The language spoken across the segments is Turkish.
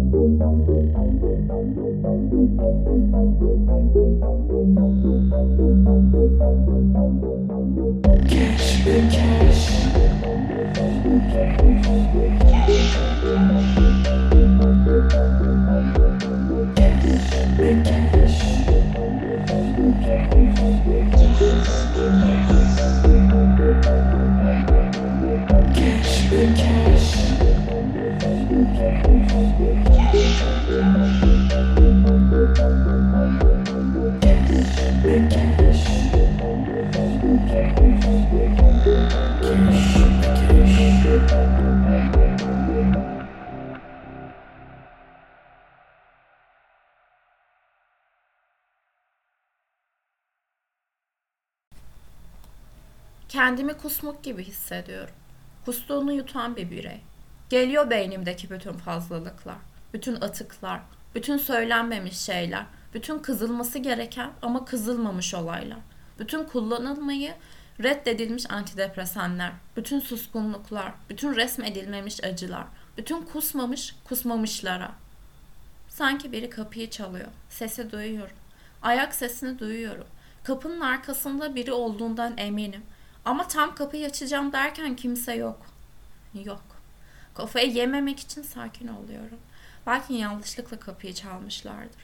Kendimi kusmuk gibi hissediyorum. Kustuğunu yutan bir birey. Geliyor beynimdeki bütün fazlalıklar, bütün atıklar, bütün söylenmemiş şeyler, bütün kızılması gereken ama kızılmamış olaylar, bütün kullanılmayı reddedilmiş antidepresanlar, bütün suskunluklar, bütün resmedilmemiş acılar, bütün kusmamış kusmamışlara. Sanki biri kapıyı çalıyor. Sesi duyuyorum. Ayak sesini duyuyorum. Kapının arkasında biri olduğundan eminim. Ama tam kapıyı açacağım derken kimse yok. Yok. Kafayı yememek için sakin oluyorum. Belki yanlışlıkla kapıyı çalmışlardır.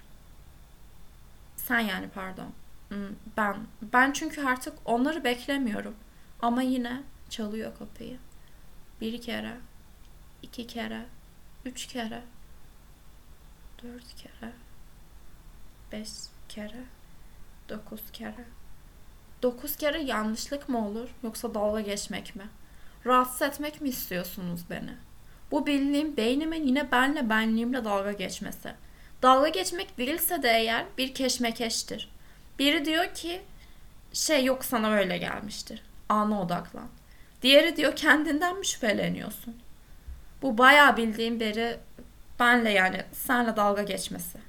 Sen yani pardon. Ben çünkü artık onları beklemiyorum. Ama yine çalıyor kapıyı. Bir kere, iki kere, üç kere, dört kere, beş kere, 9 kere. 9 kere yanlışlık mı olur yoksa dalga geçmek mi? Rahatsız etmek mi istiyorsunuz beni? Bu bildiğim beynimin yine benliğimle dalga geçmesi. Dalga geçmek değilse de eğer bir keşmekeştir. Biri diyor ki yok sana öyle gelmiştir. Ana odaklan. Diğeri diyor kendinden mi şüpheleniyorsun? Bu bayağı bildiğim biri benle yani senle dalga geçmesi.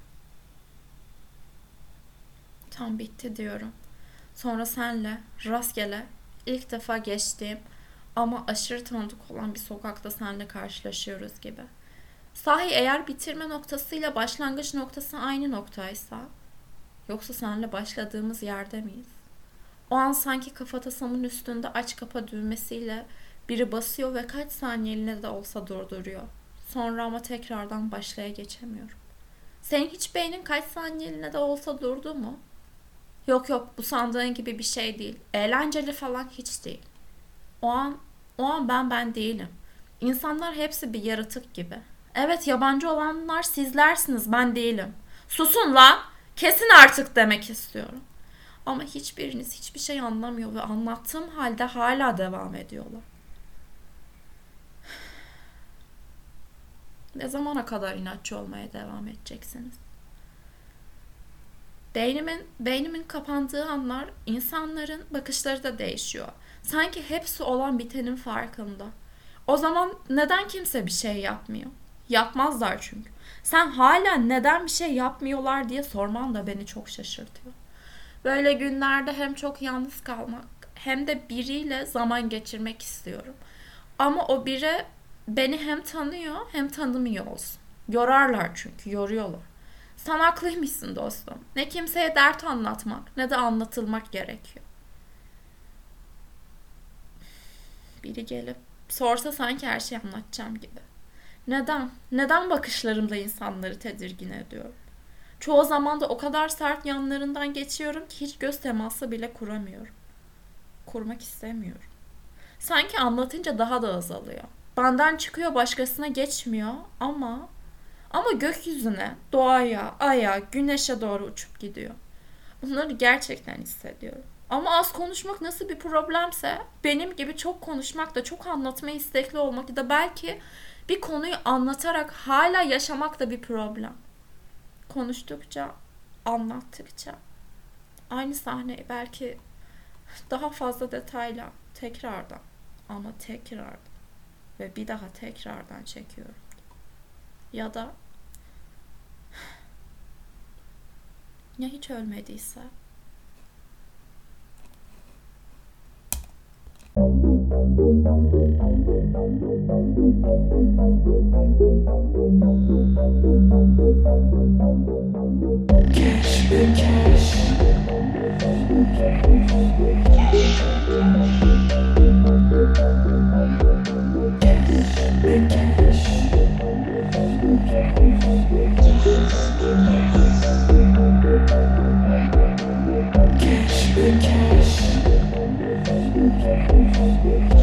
Tam bitti diyorum. Sonra senle rastgele ilk defa geçtiğim ama aşırı tanıdık olan bir sokakta seninle karşılaşıyoruz gibi. Sahi eğer bitirme noktasıyla başlangıç noktası aynı noktaysa, yoksa seninle başladığımız yerde miyiz? O an sanki kafatasımın üstünde aç kapa düğmesiyle biri basıyor ve kaç saniyeliğine de olsa durduruyor. Sonra ama tekrardan başlaya geçemiyorum. Senin hiç beynin kaç saniyeliğine de olsa durdu mu? Yok bu sandığın gibi bir şey değil. Eğlenceli falan hiç değil. O an ben değilim. İnsanlar hepsi bir yaratık gibi. Evet yabancı olanlar sizlersiniz ben değilim. Susun la! Kesin artık demek istiyorum. Ama hiçbiriniz hiçbir şey anlamıyor ve anlattığım halde hala devam ediyorlar. Ne zamana kadar inatçı olmaya devam edeceksiniz? Beynimin kapandığı anlar insanların bakışları da değişiyor. Sanki hepsi olan bitenin farkında. O zaman neden kimse bir şey yapmıyor? Yapmazlar çünkü. Sen hala neden bir şey yapmıyorlar diye sorman da beni çok şaşırtıyor. Böyle günlerde hem çok yalnız kalmak hem de biriyle zaman geçirmek istiyorum. Ama o biri beni hem tanıyor hem tanımıyor olsun. Yorarlar çünkü, yoruyorlar. Sen haklıymışsın dostum. Ne kimseye dert anlatmak ne de anlatılmak gerekiyor. Biri gelip sorsa sanki her şeyi anlatacağım gibi. Neden? Neden bakışlarımla insanları tedirgin ediyorum? Çoğu zaman da o kadar sert yanlarından geçiyorum ki hiç göz teması bile kuramıyorum. Kurmak istemiyorum. Sanki anlatınca daha da azalıyor. Benden çıkıyor başkasına geçmiyor ama gökyüzüne, doğaya, aya, güneşe doğru uçup gidiyor. Bunları gerçekten hissediyorum. Ama az konuşmak nasıl bir problemse benim gibi çok konuşmak da çok anlatmaya istekli olmak da belki bir konuyu anlatarak hala yaşamak da bir problem. Konuştukça, anlattıkça aynı sahneyi belki daha fazla detayla tekrardan ama tekrardan ve bir daha tekrardan çekiyorum. Ya da ya hiç ölmediyse? Görüşmek üzere.